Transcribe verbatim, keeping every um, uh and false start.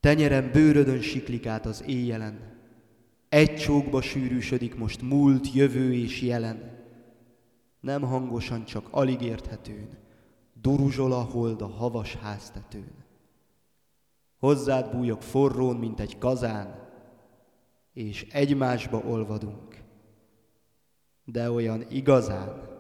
Tenyerem bőrödön siklik át az éjjelen, egy csókba sűrűsödik most múlt, jövő és jelen. Nem hangosan, csak alig érthetőn, duruzsol a hold a havas háztetőn. Hozzád bújok forrón, mint egy kazán, és egymásba olvadunk, de olyan igazán,